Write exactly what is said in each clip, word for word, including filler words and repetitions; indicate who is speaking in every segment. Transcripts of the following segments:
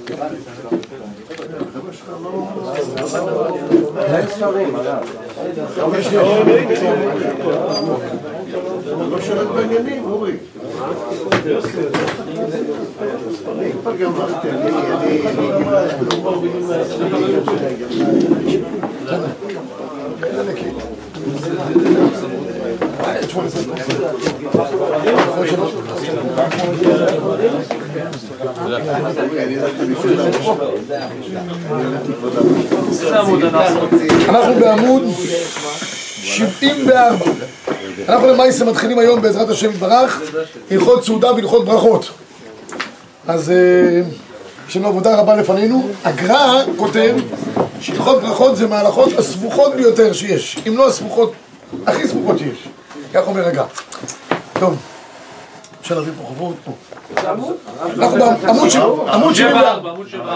Speaker 1: אין ספרים, אגב.
Speaker 2: לא שולט בעניינים, אורי. כבר גמרתי, אני...
Speaker 3: אנחנו בעמוד שבעים וארבע. אנחנו למעשה מתחילים היום בעזרת השם יתברך הלכות סעודה והלכות ברכות. אז יש לנו עבודה רבה לפנינו. הגר"א כותב שהלכות ברכות זה מההלכות הסבוכות ביותר שיש, אם לא הסבוכות הכי סבוכות שיש, כך אומר הגר"א. טוב, אפשר להביא פה חוברות פה. אנחנו בעמוד שבעים וארבע.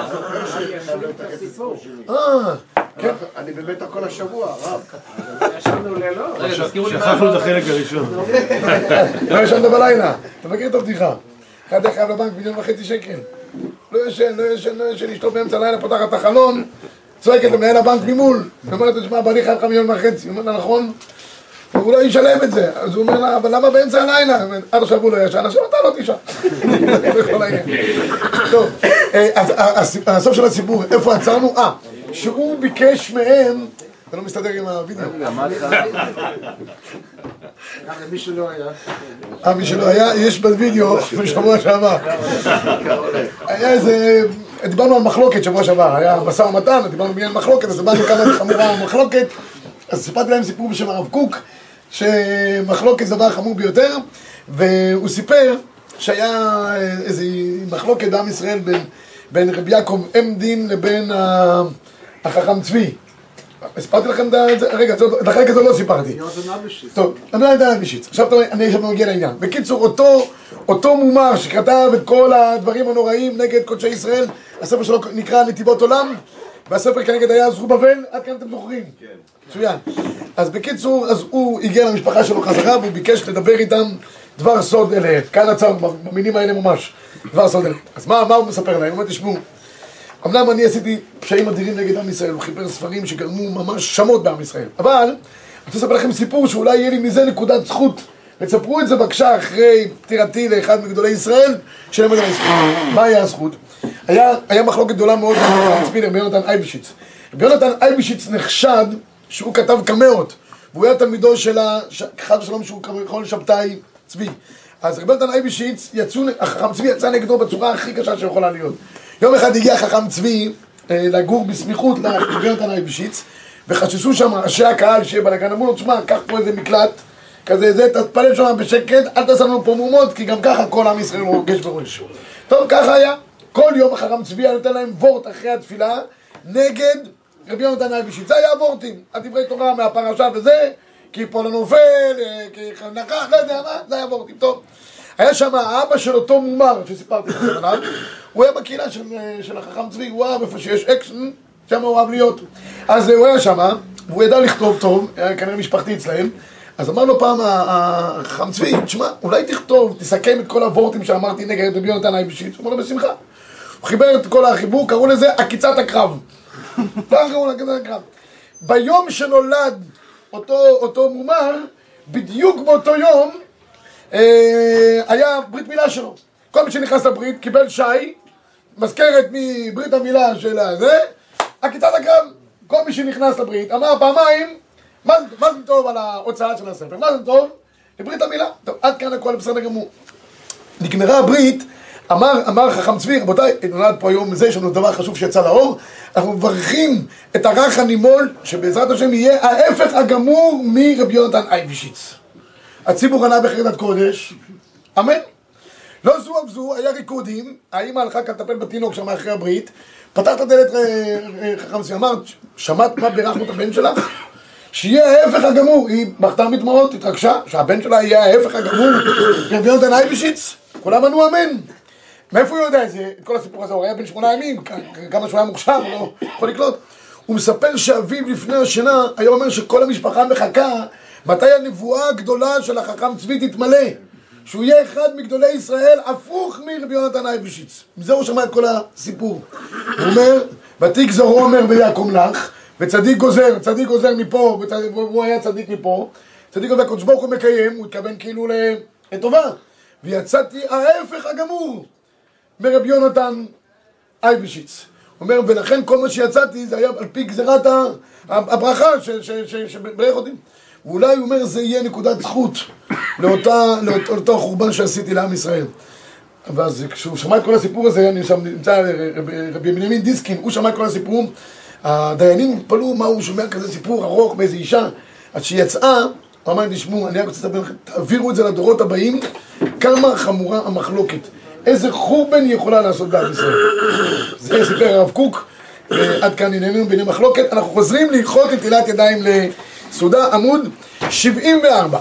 Speaker 3: אה, כן.
Speaker 2: אני במתח כל השבוע, רב.
Speaker 4: ישבנו לילות.
Speaker 5: שכחנו את החלק הראשון.
Speaker 3: לא ישנת בלילה. אתה מכיר את הבדיחה? אחד היה חייב לבנק מיליון וחצי שקל. לא ישן, לא ישן, לא ישן, אשתו באמצע הלילה פותחת את החלון, צועקת למנהל הבנק ממול. היא אומרת לו, שמע, בעלי חייב לך מיליון וחצי. הוא אומר לה, נכון? הוא לא ישלם את זה. אז הוא אומר לה, אבל למה באמצע הלילה? עד עכשיו הוא לא ישן, עכשיו אתה לא תישן. טוב, אז הסוף של הסיפור, איפה עצרנו? אה, שהוא ביקש מהם, זה לא מסתדר עם הוידאו.
Speaker 2: מי שלא היה.
Speaker 3: אה, מי שלא היה, יש בוידאו בשבוע שעבר. היה איזה, דיברנו על מחלוקת שבוע שעבר, היה משא ומתן, דיברנו בעניין מחלוקת, אז דיברנו כמה זה חמורה המחלוקת, אז סיפרתי להם סיפור בשם הרב קוק, שמחלוקת זה דבר חמור ביותר, והוא סיפר שהיה איזה מחלוקת בעם ישראל בין, בין רבי יעקב עמדין לבין החכם צבי. סיפרתי לכם את זה? רגע, את החלק הזה לא סיפרתי. טוב, אני לא יודע להבישיץ. עכשיו אני עכשיו מגיע לעניין. בקיצור, אותו, אותו מומר שכתב את כל הדברים הנוראים נגד קודשי ישראל, הספר שלו נקרא נתיבות עולם, והספר כנגד היה זכו בבל, עד כאן אתם זוכרים? כן. מצוין. אז בקיצור, אז הוא הגיע למשפחה שלו חזרה, והוא ביקש לדבר איתם דבר סוד אליהם. כאן עצר, במינים האלה ממש, דבר סוד אליהם. אז מה, מה הוא מספר להם? הוא אומר, תשמעו, אמנם אני עשיתי פשעים אדירים נגד עם ישראל, הוא חיבר ספרים שגרמו ממש שמות בעם ישראל. אבל, אני רוצה לספר לכם סיפור שאולי יהיה לי מזה נקודת זכות. ותספרו את זה בבקשה אחרי פטירתי לאחד מגדולי ישראל, שלמד על הזכות. מה היה הזכות? היה, היה מחלוקת גדולה מאוד בין רבי יונתן אייבשיץ. רבי יונתן אייבשיץ נחשד שהוא כתב קמאות, והוא היה תלמידו של חד ושלום שהוא יכול שבתאי צבי. אז רבי יונתן אייבשיץ, החכם צבי יצא נגדו בצורה הכי קשה שיכולה להיות. יום אחד הגיע חכם צבי לגור בסמיכות לרבי יונתן אייבשיץ, וחששו שם ראשי הקהל שיהיה בלגן, אמרו לו, תשמע, קח פה איזה מקלט, כזה זה, תתפלל שם בשקט, אל תעשה לנו פה מהומות, כי גם ככה כל עם ישראל רוגש בראש. טוב, ככה היה. כל יום החכם צבי היה נותן להם וורט אחרי התפילה נגד רבי יונתן אייבשיץ. זה היה וורטים, הדברי תורה מהפרשה וזה, כי פה לא נופל, כי נחה, לא יודע מה, זה היה וורטים. טוב, היה שם האבא של אותו מומר שסיפרתי לכם עליו, הוא היה בקהילה של, של החכם צבי, הוא אהב איפה שיש אקשן, שם הוא אהב להיות. אז הוא היה שם, והוא ידע לכתוב טוב, היה כנראה משפחתי אצלהם. אז אמר לו פעם החכם צבי, תשמע, אולי תכתוב, תסכם את כל הוורטים שאמרתי נגד רבי יונתן אייבשיץ. הוא אמר לו, בשמחה. הוא חיבר את כל החיבור, קראו לזה עקיצת הקרב. כך קראו לעקיצת הקרב. ביום שנולד אותו, אותו מומר, בדיוק באותו יום, אה, היה ברית מילה שלו. כל מי שנכנס לברית קיבל שי, מזכרת מברית המילה של הזה, עקיצת הקרב. כל מי שנכנס לברית אמר פעמיים, מה זה, מה זה טוב על ההוצאה של הספר? מה זה טוב? לברית המילה. טוב, עד כאן הכל בסדר גמור. נגמרה הברית, אמר, אמר חכם צבי, רבותיי, נולד פה היום זה, יש לנו דבר חשוב שיצא לאור, אנחנו מברכים את הרך הנימול, שבעזרת השם יהיה ההפך הגמור מרבי יונתן אייבשיץ. הציבור ענה בחרדת קודש, אמן. לא זו אף זו, היה ריקודים, האמא הלכה כטפל בתינוק שם אחרי הברית, פתח את הדלת חכם צבי, אמר, שמעת מה בירכנו את הבן שלך? שיהיה ההפך הגמור. היא בכתה מדמעות, התרגשה, שהבן שלה יהיה ההפך הגמור רבי יונתן אייבשיץ. כולם ענו אמן. מאיפה הוא יודע את זה? את כל הסיפור הזה, הוא היה בן שמונה ימים, כמה שהוא היה מוכשר, הוא לא יכול לקלוט. הוא מספר שאביו לפני השינה היה אומר שכל המשפחה מחכה מתי הנבואה הגדולה של החכם צבי תתמלא, שהוא יהיה אחד מגדולי ישראל, הפוך מרבי יונתן אייבשיץ. מזה הוא שמע את כל הסיפור. הוא אומר, ותיק זרעו אומר ויקום לך, וצדיק גוזר, צדיק גוזר מפה, והוא היה צדיק מפה, צדיק גוזר, הקדוש ברוך הוא מקיים, הוא התכוון כאילו לטובה. ויצאתי ההפך הגמור מרבי יונתן אייבשיץ. הוא אומר, ולכן כל מה שיצאתי זה היה על פי גזירת הברכה שברך אותי. ואולי הוא אומר, זה יהיה נקודת זכות לאותה, לאותו חורבן שעשיתי לעם ישראל. ואז כשהוא שמע את כל הסיפור הזה, אני שם נמצא רבי בנימין דיסקין, הוא שמע את כל הסיפור, הדיינים התפלאו מה הוא שומע כזה סיפור ארוך באיזו אישה. אז שיצאה, הוא אמר לי, תשמעו, אני רק רוצה לספר לכם, תעבירו את זה לדורות הבאים, כמה חמורה המחלוקת. איזה חורבן היא יכולה לעשות בעם ישראל. זה סיפר הרב קוק, עד כאן ענייננו בענייני מחלוקת. אנחנו חוזרים להלכות נטילת ידיים לסעודה, עמוד שבעים וארבע.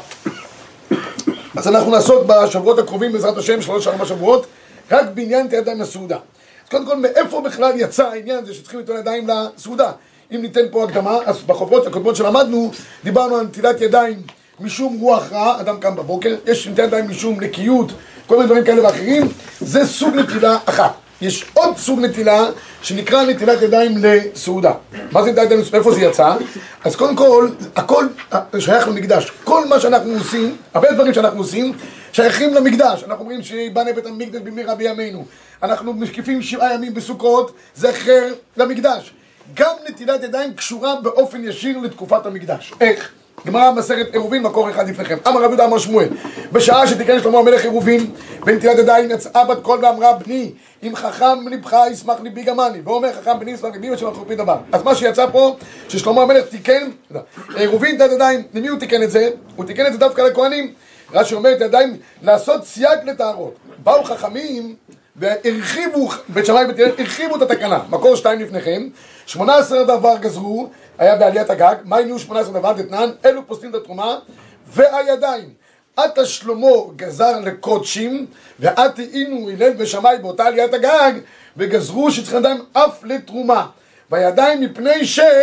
Speaker 3: אז אנחנו נעסוק בשבועות הקרובים בעזרת השם, שלוש ארבע שבועות, רק בעניין נטילת ידיים לסעודה. אז קודם כל, מאיפה בכלל יצא העניין הזה שצריכים ליטול ידיים לסעודה? אם ניתן פה הקדמה, אז בחוברות הקודמות שלמדנו, דיברנו על נטילת ידיים משום רוח רע, אדם קם בבוקר, יש נטילת ידיים משום נקיות, כל מיני דברים כאלה ואחרים, זה סוג נטילה אחת. יש עוד סוג נטילה שנקרא נטילת ידיים לסעודה. מה זה נטילת ידיים לסעודה? איפה זה יצא? אז קודם כל, הכל שייך למקדש. כל מה שאנחנו עושים, הרבה דברים שאנחנו עושים, שייכים למקדש. אנחנו אומרים שבנה בית המקדש במהרה בימינו. אנחנו משקיפים שבעה ימים בסוכות, זכר למקדש. גם נטילת ידיים קשורה באופן ישיר לתקופת המקדש. איך? גמרא מסכת עירובין, מקור אחד לפניכם. אמר רבי יהודה אמר שמואל, בשעה שתיקן שלמה המלך עירובין, בנטילת ידיים יצאה בת קול ואמרה, בני, אם חכם לבך ישמח ליבי גם אני. ואומר חכם בני ישמח ליבי ושמח ליבי דבר. אז מה שיצא פה, ששלמה המלך תיקן, עירובין נטילת ידיים, למי הוא תיקן את זה? הוא תיקן את זה דווקא לכהנים. רש"י אומר את ידיים לעשות סייג לטהרות. באו חכמים והרחיבו, בית שמאי ובית הלל, הרחיבו את התקנה. מקור שתיים לפניכם, שמונה עשרה דבר גזרו, היה בעליית הגג, מה הניעו שמונה עשרה דבר דתנן, אלו פוסטים את התרומה, והידיים. עתה שלמה גזר לקודשים, ועתה אינו הלל ושמאי באותה עליית הגג, וגזרו שצריכים ידיים אף לתרומה. והידיים מפני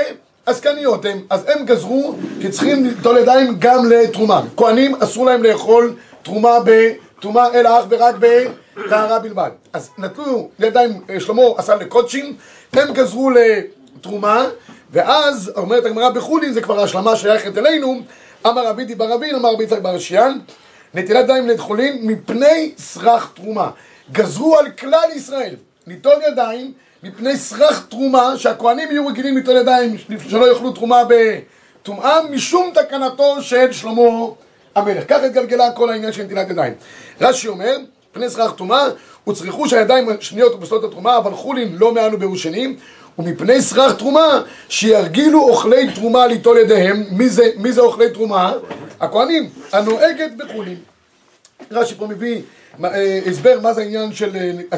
Speaker 3: שעסקניות הם, אז הם גזרו שצריכים ליטול ידיים גם לתרומה. כהנים אסור להם לאכול תרומה בתרומה, אלא אך ורק בטהרה בלבד. אז נתנו ידיים, שלמה עשה לקודשים, הם גזרו לתרומה, ואז אומרת הגמרא בחולין, זה כבר השלמה שייכת אלינו, אמר רבי דיבר רבין, אמר רבי יצחק בר שיין, נטילת ידיים לחולין מפני סרח תרומה. גזרו על כלל ישראל ליטול ידיים מפני סרח תרומה, שהכהנים יהיו רגילים ליטול ידיים שלא יאכלו תרומה בטומאה, משום תקנתו של שלמה המלך. כך התגלגלה כל העניין של נטילת ידיים. רש"י אומר, מפני סרח תרומה, וצריכו שהידיים השניות ובסלות התרומה, אבל חולין לא מענו בירושנים, ומפני סרח תרומה, שירגילו אוכלי תרומה ליטול ידיהם. מי זה, מי זה אוכלי תרומה? הכהנים, הנוהגת בחולין. רש"י פה מביא הסבר מה זה העניין של,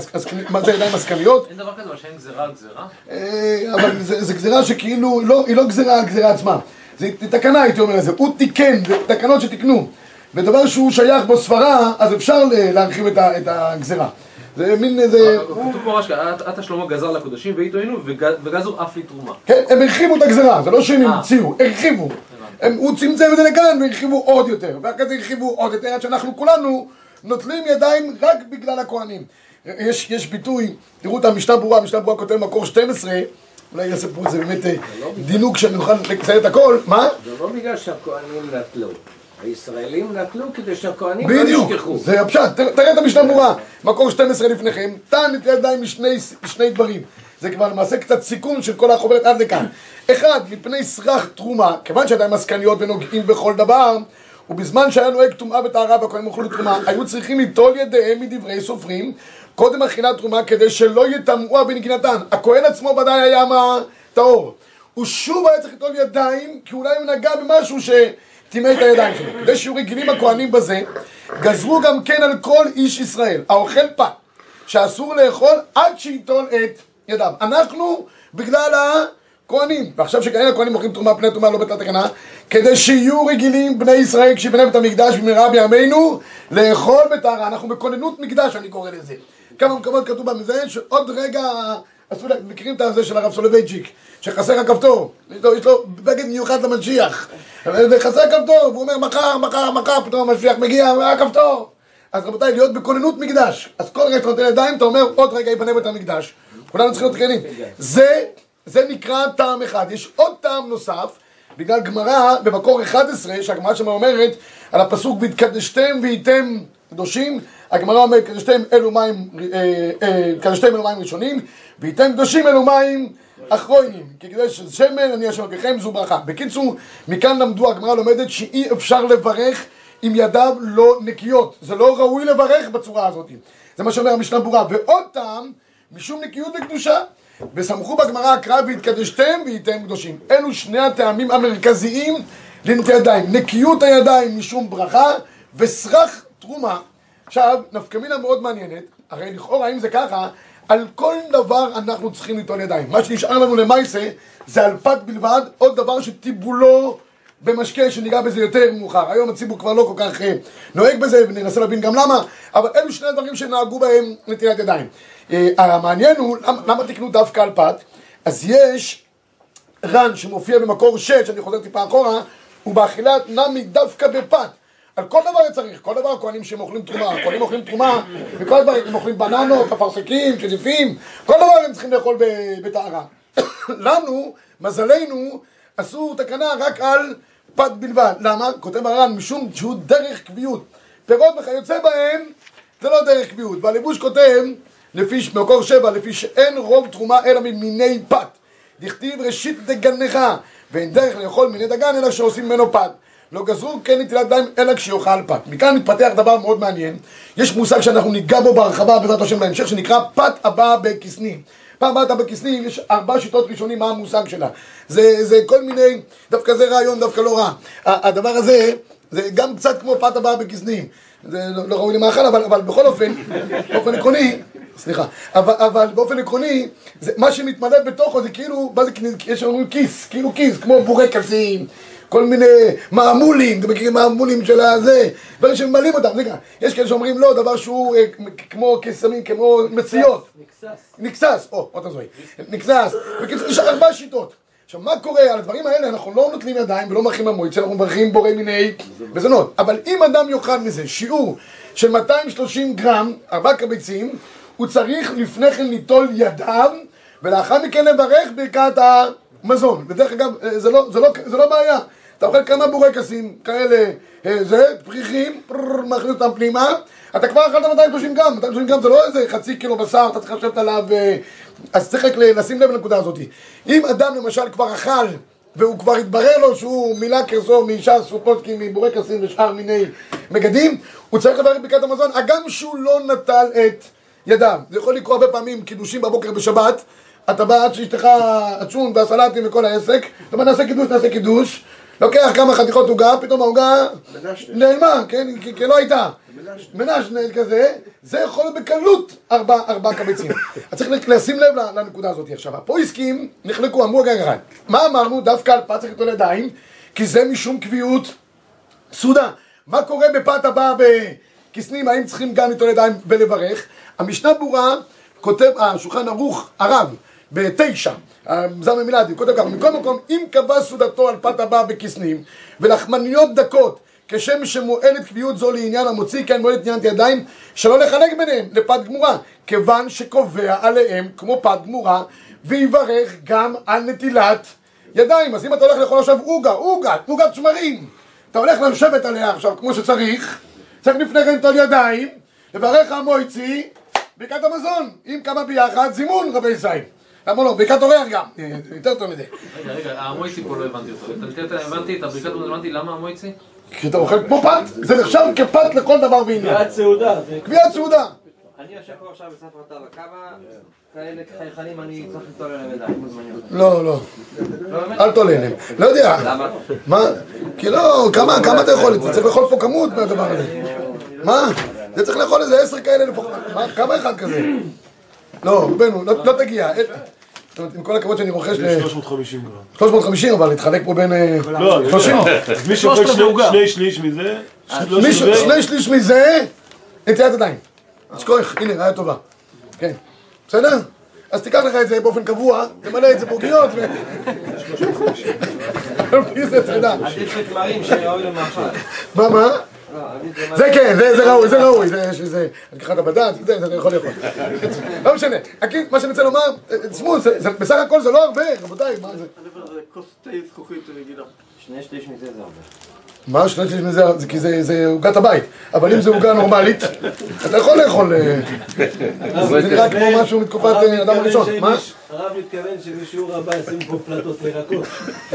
Speaker 3: מה זה ידיים עסקניות.
Speaker 4: אין דבר כזה, אבל שאין גזירה על גזירה?
Speaker 3: אבל זה גזירה שכאילו, היא לא גזירה על גזירה עצמה. זה תקנה, הייתי אומר לזה. הוא תיקן, זה תקנות שתקנו. ודבר שהוא שייך בו סברה, אז אפשר להרחיב את הגזירה. זה מין איזה...
Speaker 4: כתוב פה ממש, עתה שלמה גזר לקודשים ואיתו היינו וגזרו אף לתרומה.
Speaker 3: כן, הם הרחיבו את הגזירה, זה לא שהם המציאו, הרחיבו. הוא צמצם את זה לכאן והרחיבו עוד יותר. ואחרי זה הרחיבו עוד יותר, עד שאנחנו כולנו נוטלים ידיים רק בגלל הכהנים. יש, יש ביטוי, תראו את המשנה ברורה, המשנה ברורה כותב מקור שתים עשרה, אולי יעשה פה איזה באמת דינוק שאני אוכל לציין את הכל, מה?
Speaker 1: זה לא בגלל שהכהנים נטלו. הישראלים נטלו כדי שהכהנים לא ישכחו.
Speaker 3: בדיוק, זה הפשט, תראה את המשנה ברורה, מקור שתים עשרה לפניכם, תן נטילת ידיים משני דברים. זה כבר למעשה קצת סיכום של כל החוברת עד לכאן. אחד, מפני סרח תרומה, כיוון שהידיים עסקניות ונוגעים בכל דבר, ובזמן שהיה נוהג טומאה וטהרה והכהנים אוכלו תרומה, היו צריכים ליטול ידיהם מדברי סופרים, קודם אכילת תרומה, כדי שלא יטמאוה בנגינתן. הכהן עצמו ודאי היה מה טהור. הוא שוב היה צריך ליטול ידיים, כי אולי הוא נגע במשהו שטימא את הידיים שלו. כדי שיהיו רגילים הכהנים בזה, גזרו גם כן על כל איש ישראל, האוכל פת, שאסור לאכול עד שיטול את ידיו. אנחנו, בגלל הכהנים, ועכשיו שכאלה הכהנים אוכלים תרומה פני תרומה לא בטלת תקנה, כדי שיהיו רגילים בני ישראל כשיבנה בית המקדש במהרה בימינו לאכול בטהרה. אנחנו בכוננות מקדש, אני קורא לזה. כמה מקומות כתוב בזה שעוד רגע עשו לה, מכירים את הזה של הרב סולובייצ'יק, שחסר הכפתור, יש לו, יש לו בגד מיוחד למשיח, וחסר הכפתור, והוא אומר מחר, מחר, מחר, פתאום המשיח מגיע, הכפתור. אז רבותיי, להיות בכוננות מקדש. אז כל רגע שאתה נותן ידיים, אתה אומר, עוד רגע ייבנה בית המקדש. כולנו צריכים להיות כהנים. זה, זה נקרא טעם אחד. יש עוד טעם נוסף, בגלל גמרא במקור אחד עשרה, שהגמרא שם אומרת, על הפסוק, והתקדשתם והייתם קדושים, הגמרא אומרת, קדשתם אלו מים, אה, אה, קדשתם אלו מים ראשונים, והייתם קדושים אלו מים אחרונים. כי קדש שמן, אני השם אלוקיכם, זו ברכה. בקיצור, מכאן למדו, הגמרא לומדת שאי אפשר לברך עם ידיו לא נקיות. זה לא ראוי לברך בצורה הזאת. זה מה שאומר המשנה ברורה. ועוד טעם, משום נקיות וקדושה, וסמכו בגמרא הקרא והתקדשתם והייתם קדושים. אלו שני הטעמים המרכזיים לנטילת ידיים. נקיות הידיים משום ברכה, וסרח תרומה. עכשיו, נפקא מינה מאוד מעניינת, הרי לכאורה אם זה ככה, על כל דבר אנחנו צריכים ליטול ידיים. מה שנשאר לנו למעשה זה על פת בלבד, עוד דבר שטיבולו במשקה, שניגע בזה יותר מאוחר. היום הציבור כבר לא כל כך נוהג בזה, וננסה להבין גם למה, אבל אלו שני הדברים שנהגו בהם נטילת ידיים. המעניין הוא, למה, למה תקנו דווקא על פת? אז יש רן שמופיע במקור שש, אני חוזר טיפה אחורה, ובאכילת נמי דווקא בפת. על כל דבר צריך, כל דבר כהנים שהם אוכלים תרומה, כהנים אוכלים תרומה, וכל דבר הם אוכלים בננות, אפרסקים, שזיפים, כל דבר הם צריכים לאכול בטהרה. לנו, מזלנו, עשו תקנה רק על פת בלבד. למה? כותב הר"ן, משום שהוא דרך קביעות. פירות וכיוצא בהם, זה לא דרך קביעות. והלבוש כותב, לפי, במקור שבע, לפי שאין רוב תרומה אלא ממיני פת. דכתיב ראשית דגנך, ואין דרך לאכול מיני דגן אלא שעושים ממנו פת. לא גזרו כן נטילת ידיים אלא כשיאכל פת. מכאן מתפתח דבר מאוד מעניין. יש מושג שאנחנו ניגע בו בהרחבה בעזרת השם בהמשך, שנקרא פת הבאה בכסנים. פעם הבאה בכסנים יש ארבע שיטות ראשונים מה המושג שלה. זה, זה כל מיני, דווקא זה רעיון, דווקא לא רע. הדבר הזה, זה גם קצת כמו פת הבאה בכסנים. זה לא, לא ראוי למאכל, אבל, אבל בכל אופן, באופן עקרוני, סליחה, אבל, אבל באופן עקרוני, זה, מה שמתמלא בתוכו זה כאילו, מה זה, יש לנו כיס, כאילו כיס, כמו בורקסים, כל מיני מעמולים, אתם מכירים מעמולים של הזה, דברים שממלאים אותם, זה כאן. יש כאלה שאומרים לא, דבר שהוא אה, כמו קסמים, כמו מציאות. נקסס. נקסס, או, עוד תזוי. נקסס. בקיצור, יש ארבע שיטות. עכשיו, מה קורה? על הדברים האלה אנחנו לא נוטלים ידיים ולא מברכים המועצה, אנחנו מברכים בורא מיני מזונות. אבל אם אדם יאכל מזה שיעור של מאתיים ושלושים גרם, ארבע קבצים, הוא צריך לפני כן ליטול ידיו, ולאחר מכן לברך ברכת המזון. ודרך אגב, זה לא, זה לא, זה לא בעיה. אתה אוכל כמה בורקסים כאלה, זה, פריחים, מכניס אותם פנימה, אתה כבר אכלת מאתיים ושלושים גרם, מאתיים ושלושים גרם זה לא איזה חצי קילו בשר, אתה צריך לשבת עליו, אז צריך לשים לב לנקודה הזאת. אם אדם למשל כבר אכל, והוא כבר התברר לו שהוא מילא כרסו משאר סופוצקי, מבורקסים ושאר מיני מגדים, הוא צריך לברך ברכת המזון, הגם שהוא לא נטל את ידיו. זה יכול לקרוא הרבה פעמים קידושים בבוקר בשבת, אתה בא עד שאשתך הצ'ון והסלטים וכל העסק, זאת אומרת נעשה קידוש, נעשה קידוש, לוקח כמה חתיכות עוגה, פתאום העוגה נעלמה, כן? כי לא הייתה. מנשנה כזה, זה יכול להיות בקלות ארבע, ארבע קבצים. אז צריך לשים לב לנקודה הזאת עכשיו. הפויסקים נחלקו, אמרו רגע אחד. מה אמרנו? דווקא על פת צריך ליטול ידיים, כי זה משום קביעות סעודה. מה קורה בפת הבאה בכסנים? האם צריכים גם ליטול ידיים ולברך? המשנה ברורה כותב, השולחן ערוך הרב, בתשע, זלמן מילדי, הוא כותב ככה, מכל מקום, אם קבע סעודתו על פת הבאה בכסנים, ולחמניות דקות, כשם שמועלת קביעות זו לעניין המוציא, כן מועלת עניין ידיים, שלא לחלק ביניהם לפת גמורה, כיוון שקובע עליהם כמו פת גמורה, ויברך גם על נטילת ידיים. אז אם אתה הולך לאכול עכשיו עוגה, עוגה, עוגת שמרים, אתה הולך לשבת עליה עכשיו כמו שצריך, צריך לפני כן ליטול ידיים, לברך המועצי, ברכת המזון, אם כמה ביחד, זימון רבי ישראל. למה לא? ברכת אורח גם, יותר טוב מזה.
Speaker 4: רגע, רגע, המועצי פה לא הבנתי אותו. הבנתי את הברכת המזון, הבנתי למה המועצי?
Speaker 3: כי אתה אוכל כמו פת, זה נחשב כפת לכל דבר ועניין.
Speaker 6: קביעת סעודה.
Speaker 3: קביעת סעודה.
Speaker 6: אני יושב פה עכשיו בספר התורה, כמה כאלה חייכנים אני צריך ליטול עליהם ידיים מוזמניות?
Speaker 3: לא, לא. אל תולה עליהם. לא יודע.
Speaker 6: למה?
Speaker 3: מה? כי לא, כמה, כמה אתה יכול? אתה צריך לאכול פה כמות מהדבר הזה. מה? זה צריך לאכול איזה עשר כאלה לפחות. מה? כמה אחד כזה? לא, רבנו, לא תגיע. זאת אומרת, עם כל הכבוד שאני רוכש ל...
Speaker 5: שלוש מאות וחמישים גרם.
Speaker 3: שלוש מאות וחמישים, אבל להתחלק פה בין...
Speaker 5: לא,
Speaker 3: שלושים.
Speaker 5: מי שאוכל שני שליש מזה...
Speaker 3: שני שליש מזה, נטילת ידיים. אז כוח, הנה, רעיה טובה. כן. בסדר? אז תיקח לך את זה באופן קבוע, תמלא את זה בוגיות ו... על פי זה תדע.
Speaker 6: עדיף לתמרים שראוי למאכל.
Speaker 3: מה, מה? זה כן, זה ראוי, זה ראוי, זה לקחת הבדד, זה יכול לאכול. לא משנה, מה שאני רוצה לומר, תשמעו, בסך הכל זה לא הרבה, רבותיי, מה זה?
Speaker 5: אני אומר, זה כוס תה זכוכית רגילה.
Speaker 6: שני שליש מזה זה הרבה.
Speaker 3: מה? שני שליש מזה, כי זה עוגת הבית, אבל אם זה עוגה נורמלית, אתה יכול לאכול, זה נראה כמו משהו מתקופת אדם הראשון.
Speaker 7: הרב מתכוון שבשיעור הבא ישים פה פלטות לירקות.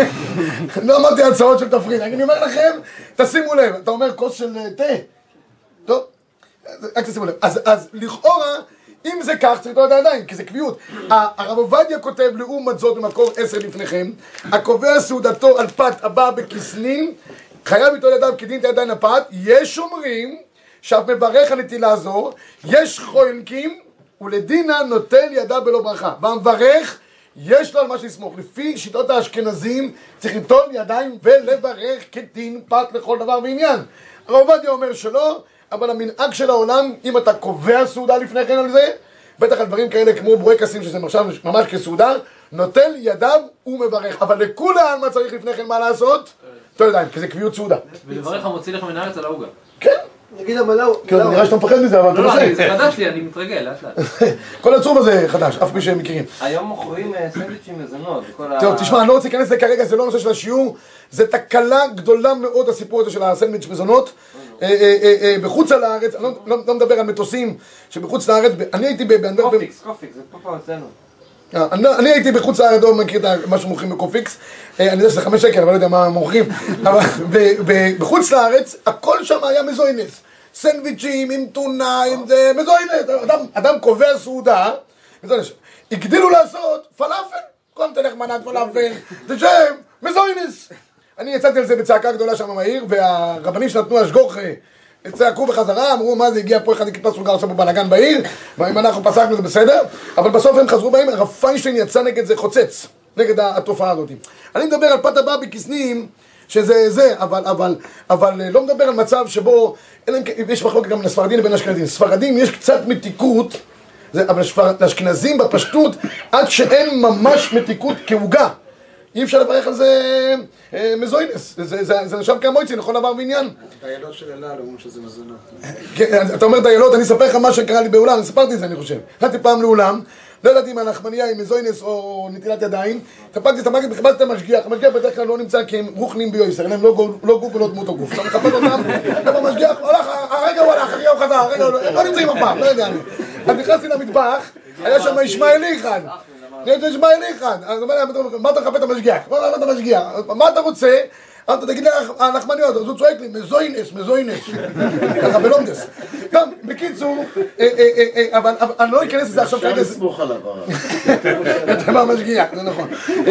Speaker 3: לא אמרתי הצעות של תפריט, אני אומר לכם, תשימו לב, אתה אומר כוס של תה, טוב, רק תשימו לב, אז לכאורה, אם זה כך, צריך לתת הידיים, כי זה קביעות. הרב עובדיה כותב לעומת זאת במקור עשר לפניכם, הקובע סעודתו על פת הבא בכסנין, חייב איתו ידיו כדין את הידיים לפת, יש אומרים שאף מברך הנטילה זו, יש חולקים, ולדינה נוטל ידיו בלא ברכה. והמברך, יש לו על מה לסמוך. לפי שיטות האשכנזים, צריך לטול ידיים ולברך כדין פת לכל דבר ועניין. הרב עובדיה אומר שלא, אבל המנהג של העולם, אם אתה קובע סעודה לפני כן על זה, בטח על דברים כאלה כמו ברקסים, שזה עכשיו ממש כסעודה, נוטל ידיו ומברך. אבל לכולה מה צריך לפני כן מה לעשות? טול ידיים, כי זה קביעות סעודה.
Speaker 4: ולברך המוציא לך מן הארץ על העוגה.
Speaker 3: כן.
Speaker 2: נגיד אבל לא...
Speaker 3: כן, נראה שאתה מפחד מזה, אבל אתה
Speaker 4: לא,
Speaker 3: נושא.
Speaker 4: זה חדש לי, אני מתרגל, לאט לאט.
Speaker 3: כל הצום הזה חדש, אף פי שהם מכירים.
Speaker 6: היום מוכרים סנדוויצ'ים מזונות.
Speaker 3: טוב, תשמע, אני לא רוצה להיכנס לזה כרגע, זה לא הנושא של השיעור, זה תקלה גדולה מאוד הסיפור הזה של הסנדוויץ' מזונות. בחוץ על הארץ, אני לא מדבר על מטוסים שבחוץ לארץ, אני הייתי באנבר...
Speaker 6: קופיקס, קופיקס, זה פה אצלנו.
Speaker 3: אני הייתי בחוץ לארץ, לא מכיר את מה שמוכרים בקופיקס, אני יודע שזה חמש שקל, אבל לא יודע מה מוכרים, אבל בחוץ לארץ, הכל שם היה מזוינס. סנדוויצ'ים עם טונה, עם זה, מזוינס. אדם קובע סעודה, הגדילו לעשות פלאפל, קום תלך מנת פלאפל, תשב, מזוינס. אני יצאתי על זה בצעקה גדולה שם מהעיר, והרבנים שנתנו השגוך צעקו בחזרה, אמרו מה זה, הגיע פה אחד לכיפה סרוגה עושה פה בלגן בעיר, ואם אנחנו פסקנו זה בסדר, אבל בסוף הם חזרו בהם, הרב פיינשטיין יצא נגד זה חוצץ, נגד התופעה הזאת. אני מדבר על פת הבא בכסנים, שזה זה, אבל, אבל, אבל לא מדבר על מצב שבו, יש מחלוקת גם לספרדים לבין אשכנזים. ספרדים יש קצת מתיקות, זה, אבל לאשכנזים בפשטות, עד שאין ממש מתיקות כעוגה. אי אפשר לברך על זה אה, מזוינס, זה, זה, זה נחשב כמויצי, לכל דבר ועניין.
Speaker 2: דיילות של אלה, אומרים שזה מזונות.
Speaker 3: כן, אתה אומר דיילות, אני אספר לך מה שקרה לי באולם, אני ספרתי את זה אני חושב. הלכתי פעם לאולם, לא ידעתי אם הלחמניה עם מזוינס או נטילת ידיים, טפקתי את המגד, חיפשתי את המשגיח, המשגיח בדרך כלל לא נמצא כי הם רוחנים ביועסר, אין להם לא גוף ולא דמות הגוף. אתה מחפש אותם, אתה במשגיח, הולך, הרגע הוא הלך, הרגע הוא חזר, הרגע הוא לא נמצאים אף פעם, לא יודע אני. אז נכנסתי למטבח, היה שם ישמעאלי אחד. יש ישמעאלי אחד, אז אומר להם, מה אתה מחפש את המשגיח? מה אתה משגיח? מה אתה רוצה? אתה תגיד לי הלחמניות, אז הוא צועק לי, מזוינס, מזוינס. ככה בלומדס. טוב, בקיצור, אבל אני לא אכנס לזה עכשיו כרגע.
Speaker 5: אפשר לסמוך עליו.
Speaker 3: אתה מה משגיח, זה נכון.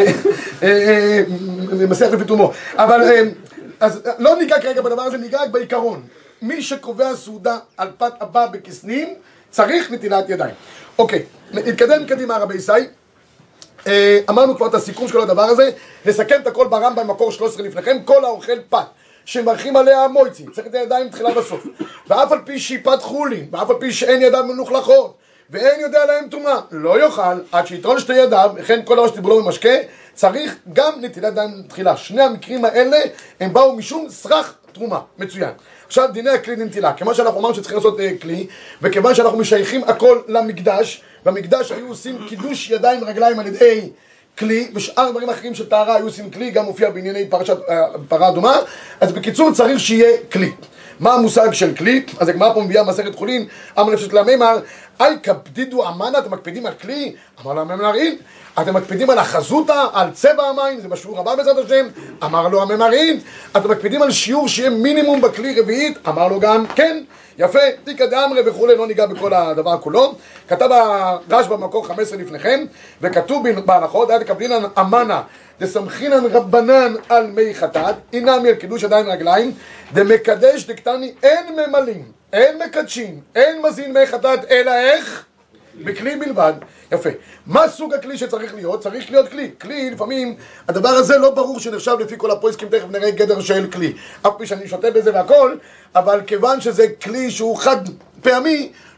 Speaker 3: מסך לפיתומו. אבל, אז לא ניגע כרגע בדבר הזה, ניגע רק בעיקרון. מי שקובע סעודה על פת הבא בכסנים, צריך נטילת ידיים. אוקיי, נתקדם קדימה רבי ישי. אמרנו כבר את הסיכום של כל הדבר הזה, נסכם את הכל ברמב"ם במקור שלוש עשרה לפניכם, כל האוכל פת שמברכים עליה המויצי, צריך את הידיים תחילה בסוף, ואף על פי שהיא פת חולין, ואף על פי שאין ידיו מלוכלכות, ואין יודע להם טומאה, לא יאכל עד שיטרון שתי ידיו, וכן כל דבר שתיבולו במשקה, צריך גם נטילת ידיים תחילה. שני המקרים האלה הם באו משום סרח תרומה, מצוין. עכשיו דיני הכלי ננטילה, כיוון שאנחנו אמרנו שצריכים לעשות uh, כלי, וכיוון שאנחנו משייכים הכל למקדש, במקדש היו עושים קידוש ידיים רגליים על ידי כלי, ושאר דברים אחרים של טהרה היו עושים כלי, גם מופיע בענייני פרשת uh, פרה אדומה, אז בקיצור צריך שיהיה כלי. מה המושג של כלי? אז הגמרא פה מביאה מסכת חולין, אמר נפשת למימר, אי קפדידו אמנה, אתם מקפידים על כלי? אמר לו הממרין, אתם מקפידים על החזותה, על צבע המים, זה בשיעור הבא בעזרת השם, אמר לו הממרין, אתם מקפידים על שיעור שיהיה מינימום בכלי רביעית, אמר לו גם כן, יפה, תיקא דאמרי וכולי, לא ניגע בכל הדבר כולו. כתב הרשב"א במקור חמש עשרה לפניכם, וכתוב בהלכות, היה תקפדינן אמנה, דסמכינן רבנן על מי חטאת, אינם על קידוש ידיים רגליים, דמקדש דקטני אין ממלאים, אין מקדשים, אין מזין מי חטאת, אלא איך? בכלי בלבד. יפה. מה סוג הכלי שצריך להיות? צריך להיות כלי. כלי, לפעמים, הדבר הזה לא ברור שנחשב לפי כל הפויסקים, תכף נראה גדר של כלי. אף פי שאני שותה בזה והכל, אבל כיוון שזה כלי שהוא חד פעמי,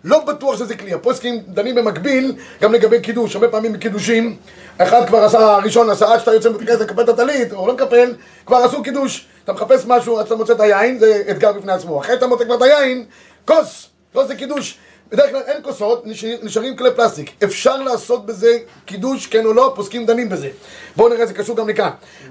Speaker 3: לא בטוח שזה כלי. הפוסקים דנים במקביל גם לגבי קידוש. הרבה פעמים בקידושים, אחד כבר עשה, הראשון עשה, עד שאתה יוצא מבית הכנסת לקפל את הטלית, או לא מקפל, כבר עשו קידוש. אתה מחפש משהו, עד שאתה מוצא את היין, זה אתגר בפני עצמו. אחרי אתה מוצא כבר את היין, כוס, כוס זה קידוש. בדרך כלל אין כוסות, נשארים כלי פלסטיק. אפשר לעשות בזה קידוש, כן או לא, פוסקים דנים בזה. בואו נראה, זה קשור גם לכאן.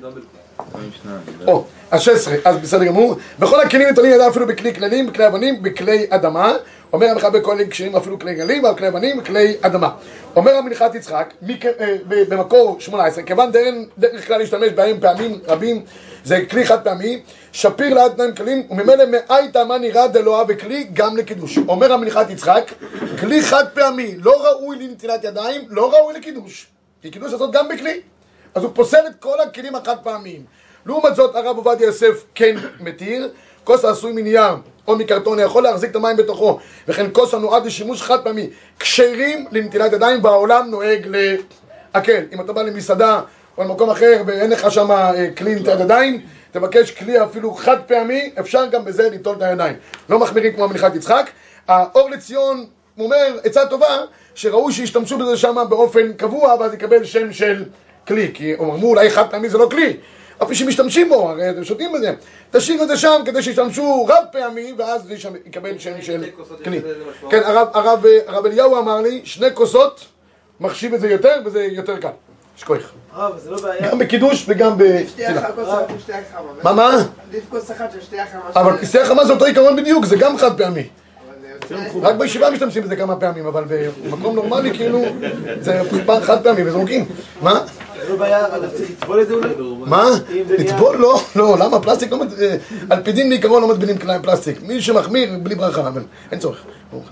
Speaker 3: או, ה-שש עשרה, אז בסדר גמור. בכל הכלים ניתנים ידע אפילו בכלי כללים, בכלי אבנים, בכלי אדמה. אומר המחבר בכל הקשרים אפילו כלי גלים, אבל כלי אבנים, בכלי אדמה. אומר המנחת יצחק, במקור שמונה עשרה, כיוון דרך כלל להשתמש בהם פעמים רבים, זה כלי חד פעמי, שפיר לעד תנאים כלים, וממילא מאי טעמה נראה דלואה בכלי גם לקידוש. אומר המנחת יצחק, כלי חד פעמי, לא ראוי לנטילת ידיים, לא ראוי לקידוש. כי קידוש לעשות גם בכלי. אז הוא פוסל את כל הכלים החד פעמיים. לעומת זאת, הרב עובדיה יוסף כן מתיר, כוס העשוי מנייר או מקרטון יכול להחזיק את המים בתוכו, וכן כוס הנועד לשימוש חד פעמי, כשרים לנטילת ידיים, בעולם נוהג להקל. אם אתה בא למסעדה או למקום אחר ואין לך שם כלי נטילת ידיים, תבקש כלי אפילו חד פעמי, אפשר גם בזה ליטול את הידיים. לא מחמירים כמו המנחת יצחק. האור לציון אומר, עצה טובה, שראוי שישתמשו בזה שם באופן קבוע, ואז יקבל שם של כלי, כי אמרו אולי חד פעמי זה לא כלי, אפילו שמשתמשים בו, הרי אתם שותים בזה, תשאיר את זה שם כדי שישתמשו רב פעמי, ואז זה יקבל שם של כלי. כן, הרב, הרב, הרב אליהו אמר לי, שני כוסות מחשיב את זה יותר, וזה יותר קל. שכוח.
Speaker 2: הרב, זה לא בעיה.
Speaker 3: גם בקידוש וגם בתפילה. מה, מה?
Speaker 2: עדיף כוס אחת של שתייה חמה.
Speaker 3: אבל שתייה חמה זה אותו עיקרון בדיוק, זה גם חד פעמי. רק בישיבה משתמשים בזה כמה פעמים, אבל במקום נורמלי כאילו זה חד פעמי וזורקים. מה?
Speaker 2: זה לא בעיה, אבל צריך לטבול את זה אולי?
Speaker 3: מה? לטבול? לא, לא, למה? פלסטיק לא... על פי דין בעיקרון לא מטבילים כליים פלסטיק. מי שמחמיר בלי ברכה, אבל אין צורך.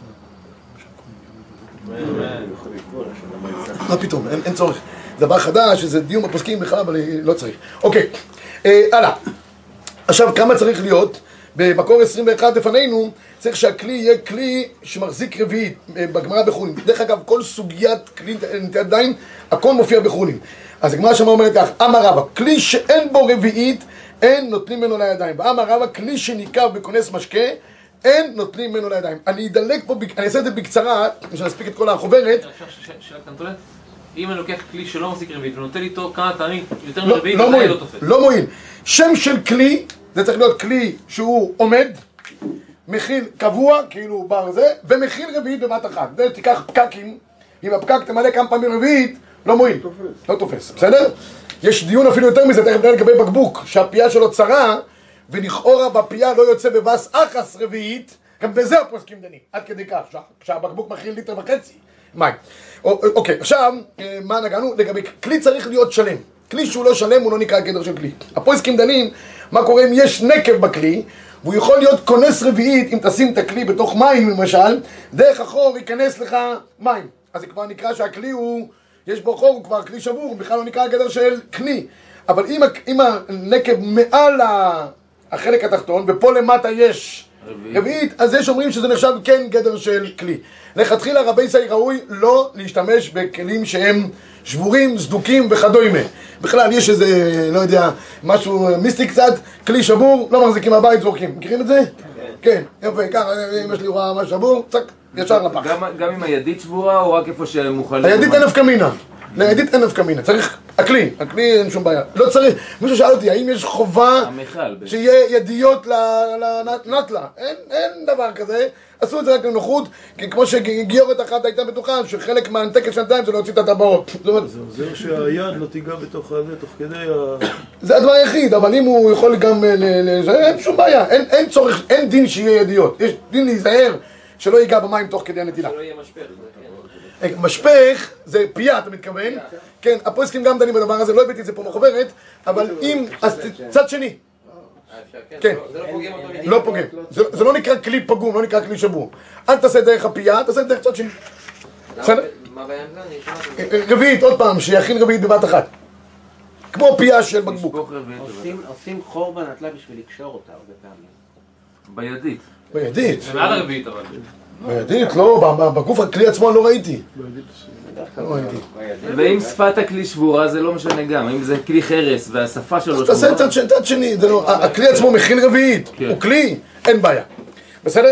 Speaker 3: מה פתאום? אין צורך. דבר חדש, שזה דיון בפוסקים בכלל, אבל לא צריך. אוקיי, הלאה. עכשיו, כמה צריך להיות? במקור עשרים ואחת לפנינו, צריך שהכלי יהיה כלי שמחזיק רביעית, בגמרא בחולין. דרך אגב, כל סוגיית כלי נטילת ידיים, הכל מופיע בחולין. אז הגמרא שמה אומרת כך, אמר רבא, כלי שאין בו רביעית, אין נוטלים ממנו לידיים. ואמר רבא, כלי שניקב בכונס משקה, אין נוטלים ממנו לידיים. אני אדלג פה, אני אעשה את זה בקצרה, שנספיק את כל החוברת.
Speaker 4: שאלה קטנטולת, אם אני לוקח כלי שלא מחזיק רביעית ונוטל איתו כמה פעמים יותר מרביעית,
Speaker 3: לא
Speaker 4: מתי לא תופס?
Speaker 3: לא מועיל. שם של כלי, זה צריך להיות כלי שהוא עומד, מכיל קבוע, כאילו בר זה, ומכיל רביעית בבת אחת. זה תיקח פקקים, אם הפקק תמלא כמה פעמים רביעית, לא מועיל. לא תופס, בסדר? יש דיון אפילו יותר מזה, תכף נראה לגבי בקבוק, שהפייה שלו צרה, ולכאורה בפייה לא יוצא בבס אחס רביעית, גם בזה הפוסקים דנים, עד כדי כך, כשהבקבוק מכיל ליטר וחצי מים. אוקיי, עכשיו, מה נגענו? לגבי כלי צריך להיות שלם. כלי שהוא לא שלם הוא לא נקרא גדר של כלי. הפוסקים דנים, מה קורה אם יש נקב בכלי, והוא יכול להיות כונס רביעית, אם תשים את הכלי בתוך מים למשל, דרך החור ייכנס לך מים. אז זה כבר נקרא שהכלי הוא, יש בו חור, הוא כבר כלי שבור, הוא בכלל לא נקרא גדר של כלי. אבל אם, אם הנקב מעל החלק התחתון, ופה למטה יש רביעית, אז יש אומרים שזה נחשב כן גדר של כלי. לכתחילה רבי ישראל ראוי לא להשתמש בכלים שהם שבורים, סדוקים וכדומה. בכלל יש איזה, לא יודע, משהו מיסטי קצת, כלי שבור, לא מחזיקים הבית, זורקים. מכירים את זה? כן, יפה, ככה, אם יש לי רואה משהו שבור, צק, ישר לפח.
Speaker 6: גם אם הידית שבורה או רק איפה שמוכלים?
Speaker 3: הידית אין נפקא מינה. לידית אין נפקא מינה, צריך, הכלי, הכלי אין שום בעיה. לא צריך, מישהו שאל אותי, האם יש חובה שיהיה ידיות לנטלה? אין דבר כזה. עשו את זה רק לנוחות, כי כמו שגיורת אחת הייתה בטוחה, שחלק מהנתקת שנתיים זה להוציא את הטבעות.
Speaker 7: זה עוזר שהיד לא תיגע בתוך הזה, תוך כדי ה...
Speaker 3: זה הדבר היחיד, אבל אם הוא יכול גם ל... אין שום בעיה, אין צורך, אין דין שיהיה ידיות. יש דין להיזהר שלא ייגע במים תוך כדי הנטילה.
Speaker 6: שלא יהיה משפך.
Speaker 3: משפך זה פייה, אתה מתכוון? כן, הפוסקים גם דנים בדבר הזה, לא הבאתי את זה פה מחוברת, אבל אם... אז צד שני. כן, לא פוגם. זה לא נקרא כלי פגום, לא נקרא כלי שבור. אל תעשה דרך הפייה, תעשה דרך צד שני. בסדר? רביעית, עוד פעם, שיכין רביעית בבת אחת. כמו פייה של בקבוק.
Speaker 8: עושים חור בנטלה בשביל לקשור אותה הרבה פעמים.
Speaker 6: בידית.
Speaker 3: בידית.
Speaker 4: זה מעל הרביעית אבל.
Speaker 3: בידית, לא, בגוף הכלי עצמו לא ראיתי.
Speaker 6: ואם שפת הכלי שבורה זה לא משנה גם, אם זה כלי חרס והשפה שלו שבורה...
Speaker 3: תעשה צד שני, הכלי עצמו מכיל רביעית, הוא כלי, אין בעיה. בסדר?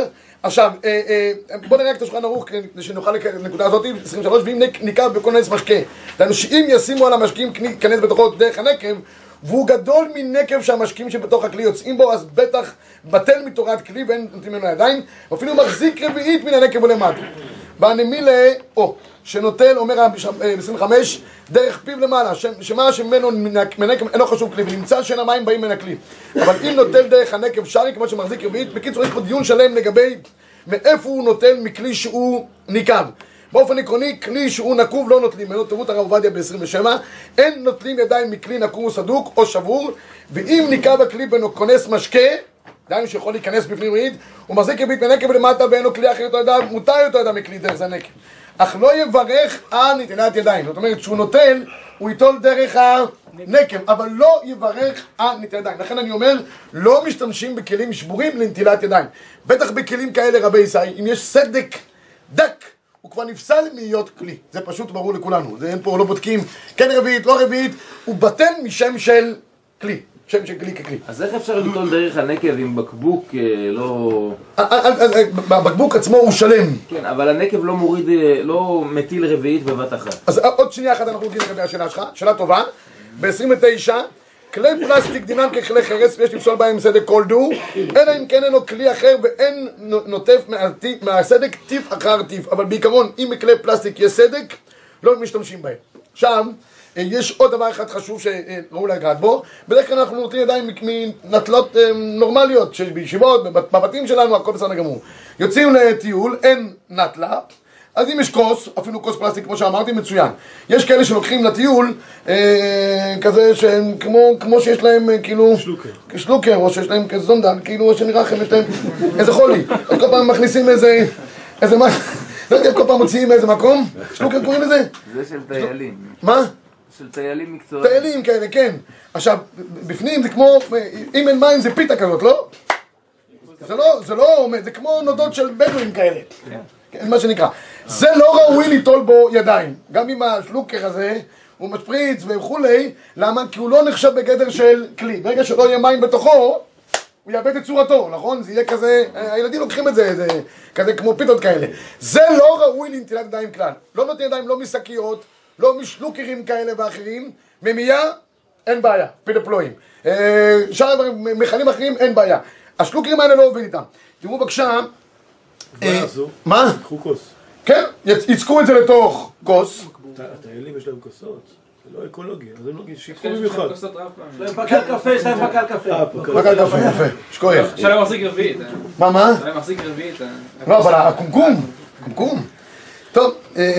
Speaker 3: עכשיו, אה, אה, בוא נראה את השולחן ערוך כדי שנוכל לנקודה הזאת, עשרים ושלוש, ואם ניקב בכל נס משקה. דהיינו שאם ישימו על המשקים כנס בתוכו דרך הנקב, והוא גדול מנקב שהמשקים שבתוך הכלי יוצאים בו, אז בטח בטל מתורת כלי ואין נותנים ממנו ידיים, ואפילו מחזיק רביעית מן הנקב ולמטה. והנמילה, או, שנוטל, אומר ב-עשרים וחמש, דרך פיו למעלה, שמה שממנו מנקב אינו חשוב כלי, ונמצא שאין המים באים מן הכלי. אבל אם נוטל דרך הנקב שרי, כמו שמחזיק רביעית, בקיצור יש פה דיון שלם לגבי מאיפה הוא נוטל מכלי שהוא ניקב. באופן עקרוני, כלי שהוא נקוב לא נוטלים ממנו, תראו את הרב עובדיה ב-עשרים ושבע, אין נוטלים ידיים מכלי נקוב או סדוק או שבור, ואם ניקב הכלי בנו כונס משקה, דהיינו שיכול להיכנס בפנים רביעית, הוא מחזיק רביעית בנקב ולמטה ואינו כלי אחר אותו ידיים, מותר אותו ידיים מכלי דרך זה נקב. אך לא יברך על נטילת ידיים, זאת אומרת שהוא נוטל, הוא ייטול דרך הנקב, אבל לא יברך על נטילת ידיים. לכן אני אומר, לא משתמשים בכלים שבורים לנטילת ידיים. בטח בכלים כאלה רבי ישראל, אם יש סדק דק, הוא כבר נפסל להיות כלי. זה פשוט ברור לכולנו. זה אין פה, לא בודקים, כן רביעית, לא רביעית, הוא בטל משם של כלי. שם של כלי ככלי.
Speaker 6: אז איך אפשר לטול דרך הנקב עם בקבוק לא...
Speaker 3: הבקבוק עצמו הוא שלם.
Speaker 6: כן, אבל הנקב לא מוריד, לא מטיל רביעית בבת אחת.
Speaker 3: אז עוד שנייה אחת אנחנו נגיד לגבי השאלה שלך, שאלה טובה. ב-עשרים ותשע, כלי פלסטיק דינם ככלי חרס ויש לפסול בהם סדק כלשהו, אלא אם כן אינו כלי אחר ואין נוטף מהסדק טיף אחר טיף. אבל בעיקרון, אם מכלי פלסטיק יש סדק, לא משתמשים בהם. עכשיו, יש עוד דבר אחד חשוב שראו לגעת בו, בדרך כלל אנחנו נותנים ידיים מנטלות נורמליות שיש בישיבות, בבתים שלנו, הכל בסדר גמור. יוצאים לטיול, אין נטלה, אז אם יש כוס, אפילו כוס פלסטיק כמו שאמרתי, מצוין. יש כאלה שלוקחים לטיול כזה שהם כמו שיש להם כאילו שלוקר, שלוקר או שיש להם כזה זונדן, כאילו שנראה לכם יש להם איזה חולי, אז כל פעם מכניסים איזה איזה מה, לא יודע, כל פעם מוציאים איזה מקום, שלוקר קוראים לזה?
Speaker 6: זה של טיילים.
Speaker 3: מה?
Speaker 6: של טיילים מקצועיים.
Speaker 3: טיילים כאלה, כן. עכשיו, בפנים זה כמו, אם אין מים זה פיתה כזאת, לא? זה לא, זה לא, זה כמו נודות של בדואים כאלה. כן, מה שנקרא. זה לא ראוי ליטול בו ידיים. גם עם השלוקר הזה, הוא משפריץ וכולי, למה? כי הוא לא נחשב בגדר של כלי. ברגע שלא יהיה מים בתוכו, הוא יאבד את צורתו, נכון? זה יהיה כזה, הילדים לוקחים את זה, זה כזה כמו פיתות כאלה. זה לא ראוי לנטילת ידיים כלל. לא נותן ידיים לא משקיות, לא משלוקרים כאלה ואחרים, ממייה, אין בעיה, פידופלואים. שאר מכלים אחרים, אין בעיה. השלוקרים האלה לא עובד איתם. תראו בבקשה, מה?
Speaker 7: קחו כוס.
Speaker 3: כן, יצקו את זה לתוך כוס.
Speaker 7: הטיילים יש להם כוסות, זה לא אקולוגי, אז הם לא שיקחו במיוחד.
Speaker 4: יש
Speaker 7: להם פקל קפה, יש להם פקל קפה.
Speaker 3: פקל קפה, יפה, שכוייך.
Speaker 4: אפשר מחזיק רביעית.
Speaker 3: מה, מה?
Speaker 4: אפשר מחזיק רביעית.
Speaker 3: לא, אבל הקומקום, קומקום. טוב,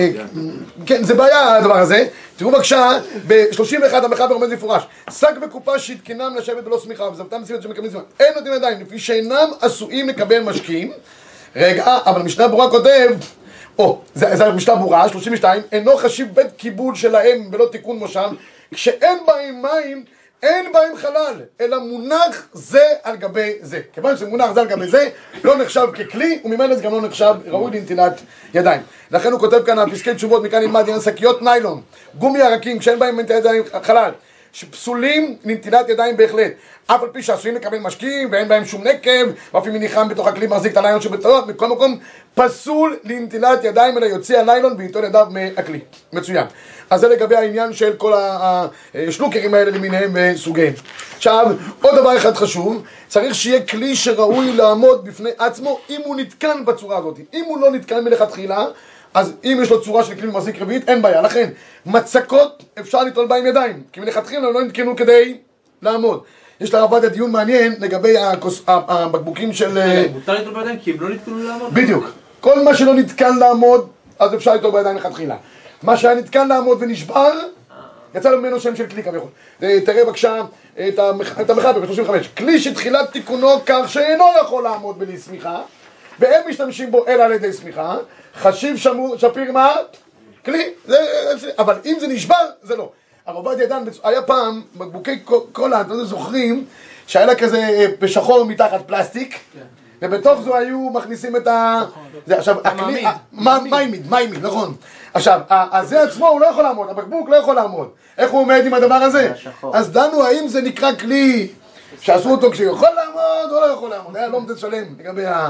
Speaker 3: כן, זה בעיה הדבר הזה. תראו בבקשה, ב-שלושים ואחת המחבר עומד מפורש, שק וקופה שהתקינם לשבת בלא סמיכה, וזבתם מסיבת שמקבלים זמן. אין נותנים ידיים, לפי שאינם עשויים לקבל משקים. רגע, אבל המשנה ברורה כותב, או, זה המשנה ברורה, שלושים ושתיים, אינו חשיב בית קיבול שלהם ולא תיקון מושב, כשאין בהם מים, אין בהם חלל, אלא מונח זה על גבי זה. כיוון שמונח זה על גבי זה, לא נחשב ככלי, וממילא זה גם לא נחשב ראוי לנטילת ידיים. לכן הוא כותב כאן על פסקי תשובות, מכאן נלמד עניין שקיות ניילון, גומי הרקים, כשאין בהם נטילת ידיים חלל, שפסולים לנטילת ידיים בהחלט, אף על פי שעשויים לקבל משקים ואין בהם שום נקב, ואפילו מניחם בתוך הכלי מחזיק את הניילון שבתלות, מכל מקום פסול לנטילת ידיים, אלא יוציא הניילון וייטול ידיו מהכלי. מצוין. אז זה לגבי העניין של כל השלוקרים האלה למיניהם וסוגיהם. עכשיו, עוד דבר אחד חשוב, צריך שיהיה כלי שראוי לעמוד בפני עצמו אם הוא נתקן בצורה הזאת. אם הוא לא נתקן מלכתחילה, אז אם יש לו צורה של כלי מחזיק רביעית, אין בעיה. לכן, מצקות אפשר ליטול בהם ידיים, כי מלכתחילה הם לא נתקנו כדי לעמוד. יש לרב עובדיה דיון מעניין לגבי הבקבוקים של...
Speaker 4: מותר ליטול בידיים כי הם לא נתקנו לעמוד?
Speaker 3: בדיוק. כל מה שלא נתקן לעמוד, אז אפשר ליטול בידיים מלכתחילה. מה שהיה נתקן לעמוד ונשבר, יצא ממנו שם של כלי כביכול. תראה בבקשה את המחבר ב-שלושים וחמש. כלי שתחילת תיקונו כך שאינו יכול לעמוד בלי סמיכה, והם משתמשים בו אלא על ידי סמיכה, חשיב שמור, שפיר מה? כלי. זה, אבל אם זה נשבר, זה לא. הרב עובדיה דן, היה פעם בקבוקי קולה, אתם זוכרים, שהיה לה כזה בשחור מתחת פלסטיק, ובתוך זו היו מכניסים את ה... זה, עכשיו, הכלי... מיימיד, מיימיד, נכון. עכשיו, הזה עצמו הוא לא יכול לעמוד, הבקבוק לא יכול לעמוד. איך הוא עומד עם הדבר הזה? אז דנו האם זה נקרא כלי שעשו אותו כשהוא יכול לעמוד או לא יכול לעמוד. היה לא מודד שלם לגבי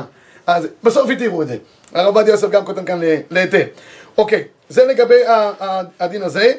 Speaker 3: אז בסוף התירו את זה. הרב עובדיה יוסף גם כותב כאן להיתר. אוקיי, זה לגבי הדין הזה.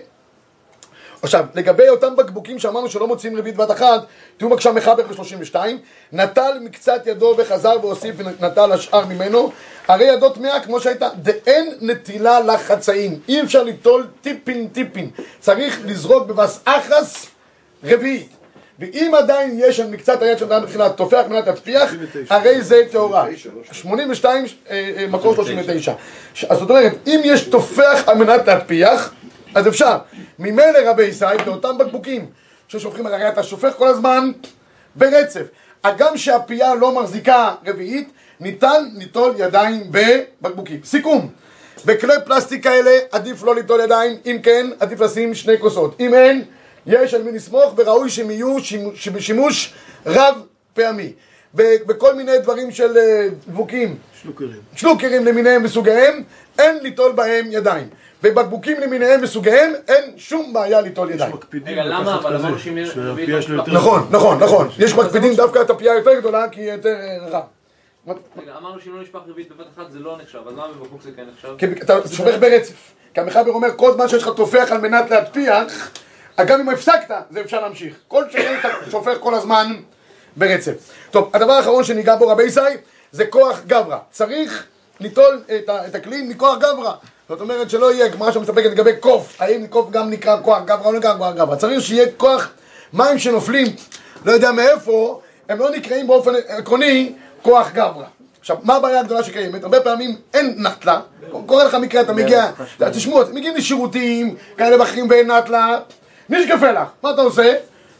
Speaker 3: עכשיו, לגבי אותם בקבוקים שאמרנו שלא מוציאים רביעית בת אחת, תראו בבקשה מחבר ב-שלושים ושתיים, נטל מקצת ידו וחזר והוסיף ונטל השאר ממנו, הרי ידו טמאה כמו שהייתה, דאין נטילה לחצאים, אי אפשר ליטול טיפין טיפין, צריך לזרוק בבס אחס רביעית, ואם עדיין יש על מקצת היד של אדם בתחילה תופח מנת תצפיח, הרי זה טהורה. שמונים ושתיים מקור שלושים ותשע. אז זאת אומרת, אם יש תופח על מנת להטפיח, אז אפשר. ממילא רבי ישראל, באותם בקבוקים ששופכים, הרי אתה שופך כל הזמן ברצף. הגם שהפייה לא מחזיקה רביעית, ניתן ליטול ידיים בבקבוקים. סיכום, בכלי פלסטיק כאלה עדיף לא ליטול ידיים, אם כן עדיף לשים שני כוסות. אם אין, יש על מי לסמוך, וראוי שהם יהיו בשימוש רב פעמי. בכל מיני דברים של דבוקים, שלוקרים, שלוקרים למיניהם וסוגיהם, אין ליטול בהם ידיים. בבקבוקים למיניהם וסוגיהם, אין שום בעיה ליטול ידיים.
Speaker 4: רגע, למה? אבל אמרנו שאם רביעית לא תשפך...
Speaker 3: נכון, נכון, נכון. יש מקפידים דווקא את הפייה יותר גדולה, כי היא יותר רע.
Speaker 4: רגע, אמרנו שאם לא נשפך רביעית בבת אחת זה לא נחשב, אז למה בבקבוק זה כן נחשב?
Speaker 3: כי אתה שופך ברצף. כי המחבר אומר, כל זמן שיש לך תופח על מנת להטפיח, גם אם הפסקת, זה אפשר להמשיך. כל שני אתה שופך כל הזמן ברצף. טוב, הדבר האחרון שניגע בו רבי ישראל, זה כוח גברא. צריך ליטול את הכלי מכוח גברא. זאת אומרת שלא יהיה גמרא שמספקת לגבי קוף, האם קוף גם נקרא כוח גברא או לא נקרא כוח גברא. צריך שיהיה כוח מים שנופלים, לא יודע מאיפה, הם לא נקראים באופן עקרוני כוח גברא. עכשיו, מה הבעיה הגדולה שקיימת? הרבה פעמים אין נטלה, קורא לך מקרה, אתה מגיע, תשמעו, אתם מגיעים לשירותים, כאלה ואחרים ואין נטלה, נשקפה לך, מה אתה עושה?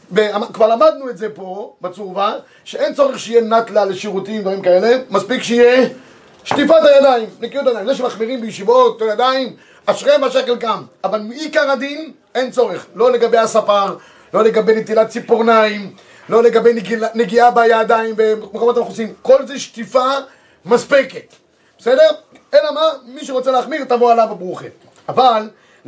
Speaker 3: כבר למדנו את זה פה, בצורבה, שאין צורך שיהיה נטלה לשירותים, דברים כאלה, מספיק שיהיה שטיפת הידיים, נקיות הידיים, זה שמחמירים בישיבות, ידיים, אשריהם אשר חלקם, אבל מעיקר הדין אין צורך, לא לגבי הספר, לא לגבי נטילת ציפורניים, לא לגבי נגיע, נגיעה בידיים במקומות המכוסים, כל זה שטיפה מספקת, בסדר? אלא מה, מי שרוצה להחמיר תבוא עליו בברוכה, אבל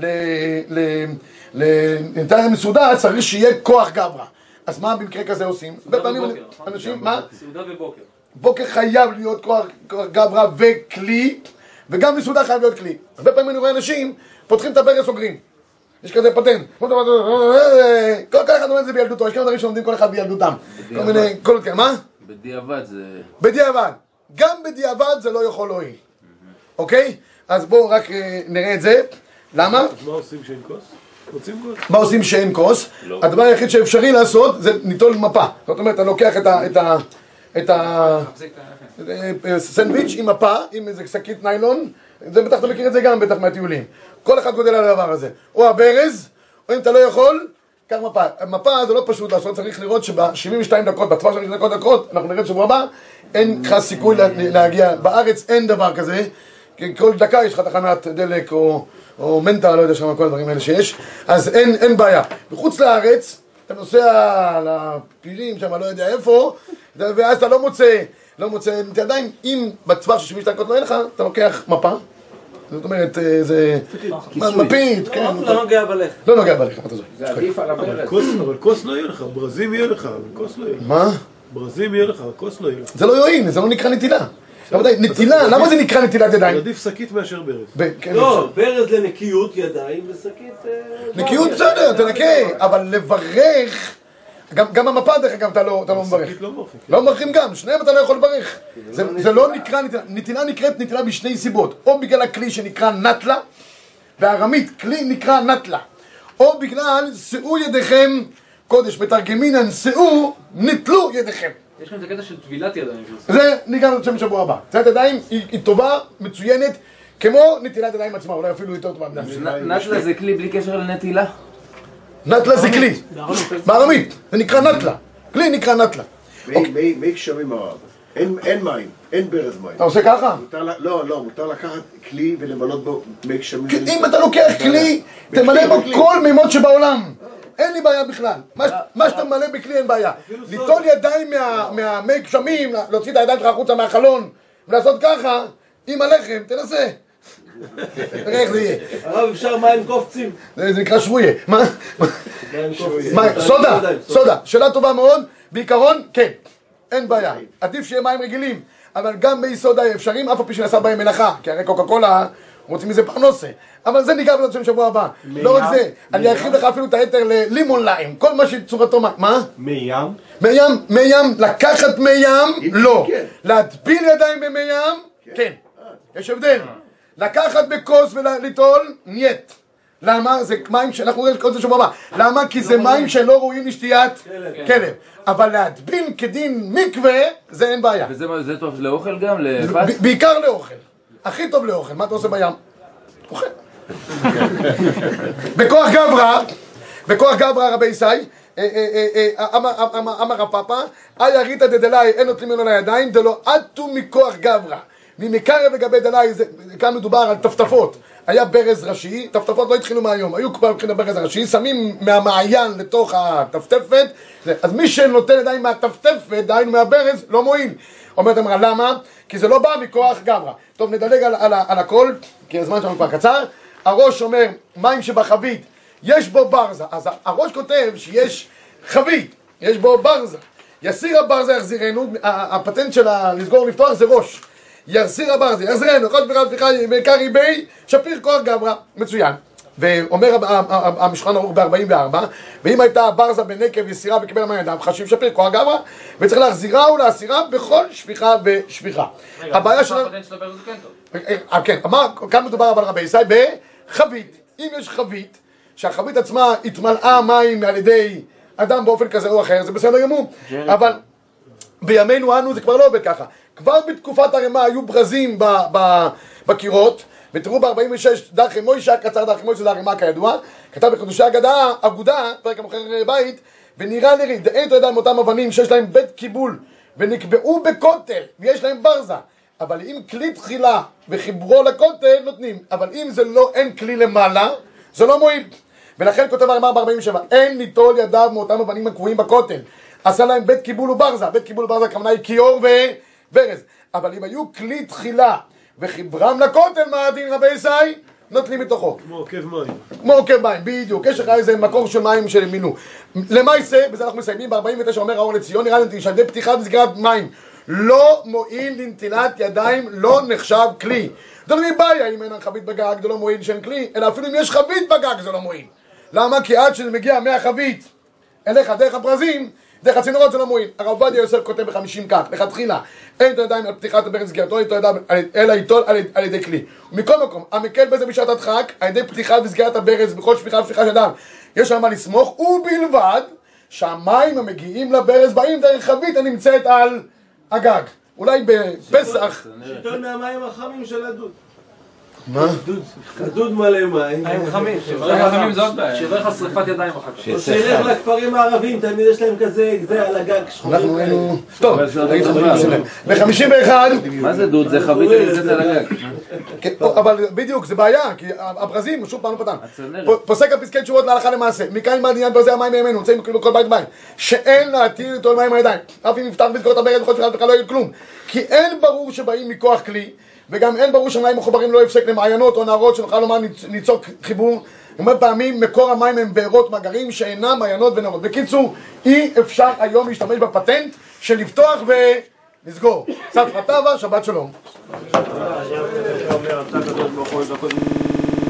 Speaker 3: לנטל מסעודה צריך שיהיה כוח גברא, אז מה במקרה כזה עושים?
Speaker 4: סעודה ובוקר,
Speaker 3: אנשים, מה?
Speaker 4: סעודה ובוקר.
Speaker 3: בוקר חייב להיות כוח, כוח גברא וכלי, וגם מסעודה חייב להיות כלי. הרבה פעמים אני רואה אנשים פותחים את הברז סוגרים. יש כזה פטנט. כל אחד אומר את זה בילדותו, יש כמה דברים שלומדים כל אחד בילדותם. כל מיני, כל עוד כאלה, מה?
Speaker 9: בדיעבד זה...
Speaker 3: בדיעבד. גם בדיעבד זה לא יכול להועיל. אוקיי? אז בואו רק נראה את זה. למה?
Speaker 7: מה עושים שאין כוס? רוצים כוס?
Speaker 3: מה עושים שאין כוס? הדבר היחיד שאפשרי לעשות זה ליטול מפה. זאת אומרת, אתה לוקח את ה... את הסנדוויץ' עם מפה, עם איזה שקית ניילון, זה בטח אתה מכיר את זה גם בטח מהטיולים. כל אחד גודל על הדבר הזה. או הברז, או אם אתה לא יכול, קח מפה. מפה זה לא פשוט לעשות, צריך לראות שב-שבעים ושתיים דקות, בטווח של שבעים ושתיים דקות, אנחנו נראה שבוע הבא, אין לך סיכוי להגיע. בארץ אין דבר כזה, כי כל דקה יש לך תחנת דלק או, או מנטה, לא יודע שם כל הדברים האלה שיש, אז אין, אין בעיה. בחוץ לארץ, אתה נוסע לפירים שם, לא יודע איפה, ואז אתה לא מוצא, לא מוצא, עדיין, אם בטווח של שבעים ושתיים דקות לא יהיה לך, אתה לוקח מפה. זאת אומרת, זה... מפית, כן.
Speaker 6: לא נוגע בלך.
Speaker 3: לא נוגע בלך, אתה זוכר.
Speaker 1: זה עדיף על הברז.
Speaker 7: אבל כוס לא יהיה לך, ברזים יהיה לך, אבל כוס לא יהיה לך.
Speaker 3: מה?
Speaker 7: ברזים יהיה לך, כוס לא יהיה לך.
Speaker 3: זה לא יועיל, זה לא נקרא נטילה. נטילה, למה זה נקרא נטילת ידיים?
Speaker 7: עדיף שקית מאשר ברז.
Speaker 5: לא, ברז לנקיות ידיים ושקית...
Speaker 3: נקיות בסדר, תנקה, אבל לברך... גם המפה דרך אגב אתה לא מברך.
Speaker 7: שקית לא מורחים.
Speaker 3: לא מברכים גם, שניהם אתה לא יכול לברך. זה לא נקרא נטילה. נטילה נקראת נטילה בשני סיבות. או בגלל הכלי שנקרא נטלה, בארמית כלי נקרא נטלה. או בגלל שאו ידיכם קודש, בתרגמינן שאו נטלו ידיכם.
Speaker 4: יש כאן את הקטע של טבילת ידיים.
Speaker 3: זה ניגע לשם שבוע הבא. טבילת ידיים היא טובה, מצוינת, כמו נטילת ידיים עצמה, אולי אפילו יותר טובה.
Speaker 9: נטלה זה כלי בלי קשר לנטילה?
Speaker 3: נטלה זה כלי, בארמית, זה נקרא נטלה, כלי נקרא נטלה.
Speaker 10: מי גשמים הרב? אין מים, אין ברז מים.
Speaker 3: אתה עושה ככה?
Speaker 10: לא, לא, מותר לקחת כלי ולמלות בו מי גשמים.
Speaker 3: אם אתה לוקח כלי, תמלא בו כל מימות שבעולם. אין לי בעיה בכלל. מה שאתה ממלא בכלי אין בעיה. ליטול ידיים מהמי גשמים, להוציא את הידיים שלך החוצה מהחלון ולעשות ככה, עם הלחם, תנסה. תראה איך זה יהיה.
Speaker 5: הרב, אפשר מים קופצים.
Speaker 3: זה נקרא שבויה. מה? סודה, סודה. שאלה טובה מאוד. בעיקרון, כן. אין בעיה. עדיף שיהיה מים רגילים. אבל גם ביסוד האפשרים, אף על פי שנעשה בהם מלאכה, כי הרי קוקה קולה רוצים מזה פרנסה. אבל זה ניגע בזה בשבוע הבא. לא רק זה, אני ארחיב לך אפילו את היתר ללימון ליים, כל מה שצורתו, מה?
Speaker 5: מי ים?
Speaker 3: מי ים, מי ים, לקחת מי ים, לא. להטביל ידיים במי ים, כן. יש הבדל. לקחת בכוס וליטול, נייט. למה? זה מים שאנחנו רואים כל זה שבוע הבא. למה? כי זה מים שלא ראויים לשתיית כלב. אבל להטביל כדין מקווה, זה אין בעיה.
Speaker 9: וזה טוב לאוכל גם? לפס?
Speaker 3: בעיקר לאוכל. הכי טוב לאוכל. מה אתה עושה בים? אוכל. בכוח גברא, בכוח גברא רבי ישי, אמר הפאפה, אי אריתא דדלאי אין נוטלים ממנו לידיים, דלא עטו מכוח גברא. ממקרב לגבי דלאי, כאן מדובר על טפטפות. היה ברז ראשי, טפטפות לא התחילו מהיום, היו כבר התחילו ברז הראשי, שמים מהמעיין לתוך הטפטפת, אז מי שנוטל ידיים מהטפטפת, דהיינו מהברז, לא מועיל. אומרת אמרה, למה? כי זה לא בא מכוח גברא. טוב, נדלג על, על, על הכל, כי הזמן שלנו כבר קצר. הראש אומר, מים שבחבית, יש בו ברזה. אז הראש כותב שיש חבית, יש בו ברזה. יסיר הברזה יחזירנו, הפטנט של לסגור ולפתוח זה ראש. יסיר הברזה, יחזירנו, ראש בכלל סליחה, קרי בי, שפיר כוח גברא, מצוין. ואומר המשולחן ערוך ב-ארבעים וארבע, ואם הייתה הברזה בנקב יסירה וקיבל מים ידיו, חשיב שפיר כוח גברא, וצריך להחזירה ולהסירה בכל שפיכה ושפיכה. הבעיה שלנו... כן, כאן מדובר אבל רבי ישי בחבית. אם יש חבית, שהחבית עצמה התמלאה מים על ידי אדם באופן כזה או אחר, זה בסדר גמור. אבל בימינו אנו זה כבר לא עובד ככה. כבר בתקופת הרמה היו ברזים בקירות, ותראו ב-ארבעים ושש דרכי מוישה, קצר דרכי מוישה זה הרמה כידוע, כתב בקדושי אגדה, אגודה, פרק המוכר בית, ונראה לי, דאין תו ידיים אותם אבנים שיש להם בית קיבול, ונקבעו בכותל, ויש להם ברזה. אבל אם כלי תחילה וחיברו לכותל נותנים, אבל אם זה לא, אין כלי למעלה, זה לא מועיל. ולכן כותב הרמה ב-ארבעים ושבע, אין ליטול ידיו מאותם אבנים הקבועים בכותל. עשה להם בית קיבול וברזה, בית קיבול וברזה הכוונה היא כיור וברז. אבל אם היו כלי תחילה וחיברם לכותל, מה הדין רבי ישי? נוטלים מתוכו.
Speaker 5: כמו עוקב מים.
Speaker 3: כמו עוקב מים, בדיוק. יש לך איזה מקור של מים של מינו. למעשה, בזה אנחנו מסיימים, ב-ארבעים ותשע אומר האור לציון, נראה לי שעל ידי פתיחת וסגירת מים לא מועיל לנטילת ידיים, לא נחשב כלי. זה לא מבעיה, אם אין חבית בגג זה לא מועיל שאין כלי, אלא אפילו אם יש חבית בגג זה לא מועיל. למה? כי עד שזה מגיע מהחבית אליך דרך הברזים, דרך הצינורות זה לא מועיל. הרב עובדיה יוסף כותב בחמישים כך, לכתחילה, אין איתו ידיים על פתיחת הברז סגירתו, איתו ידיים אלא איתו על ידי כלי. ומכל מקום, המקל בזה בשעת הדחק, על ידי פתיחת וסגירת הברז בכל שפיכה ושפיכה של אדם, יש שם מה לסמוך, ובלבד שהמים המגיעים לברז באים דרך חבית הנמצאת על הגג. אולי בפסח...
Speaker 5: שיטון מהמים החמים של הדוד.
Speaker 3: מה?
Speaker 5: הדוד מלא מים.
Speaker 6: מים חמים.
Speaker 4: מים חמים זאת בעיה. שיראה לך שריפת ידיים אחר כך.
Speaker 5: או שילך לכפרים הערבים, תמיד יש להם כזה, זה על הגג שחורים.
Speaker 3: אנחנו היינו... טוב, ב-חמישים ואחת...
Speaker 9: מה זה דוד? זה חבית הנמצאת על הגג.
Speaker 3: אבל בדיוק, זה בעיה, כי הברזים הוא שוב פעם פתן. פוסק הפסקי תשובות להלכה למעשה. מכאן מה עניין ברזי המים מימינו, נמצאים בכל בית בית. שאין להטיל איתו מים הידיים. אף אם יפתח בזכות הברז בכל שפיכה בכלל לא יהיה כלום. כי אין ברור שבאים מכוח כלי, וגם אין ברור שמים מחוברים לא יפסק למעיינות או נערות שנוכל לומר ניצוק חיבור. אומר פעמים מקור המים הם בארות מגרים שאינם מעיינות ונערות. בקיצור, אי אפשר היום להשתמש בפטנט של לפתוח ולסגור. צפרא טבא, שבת שלום.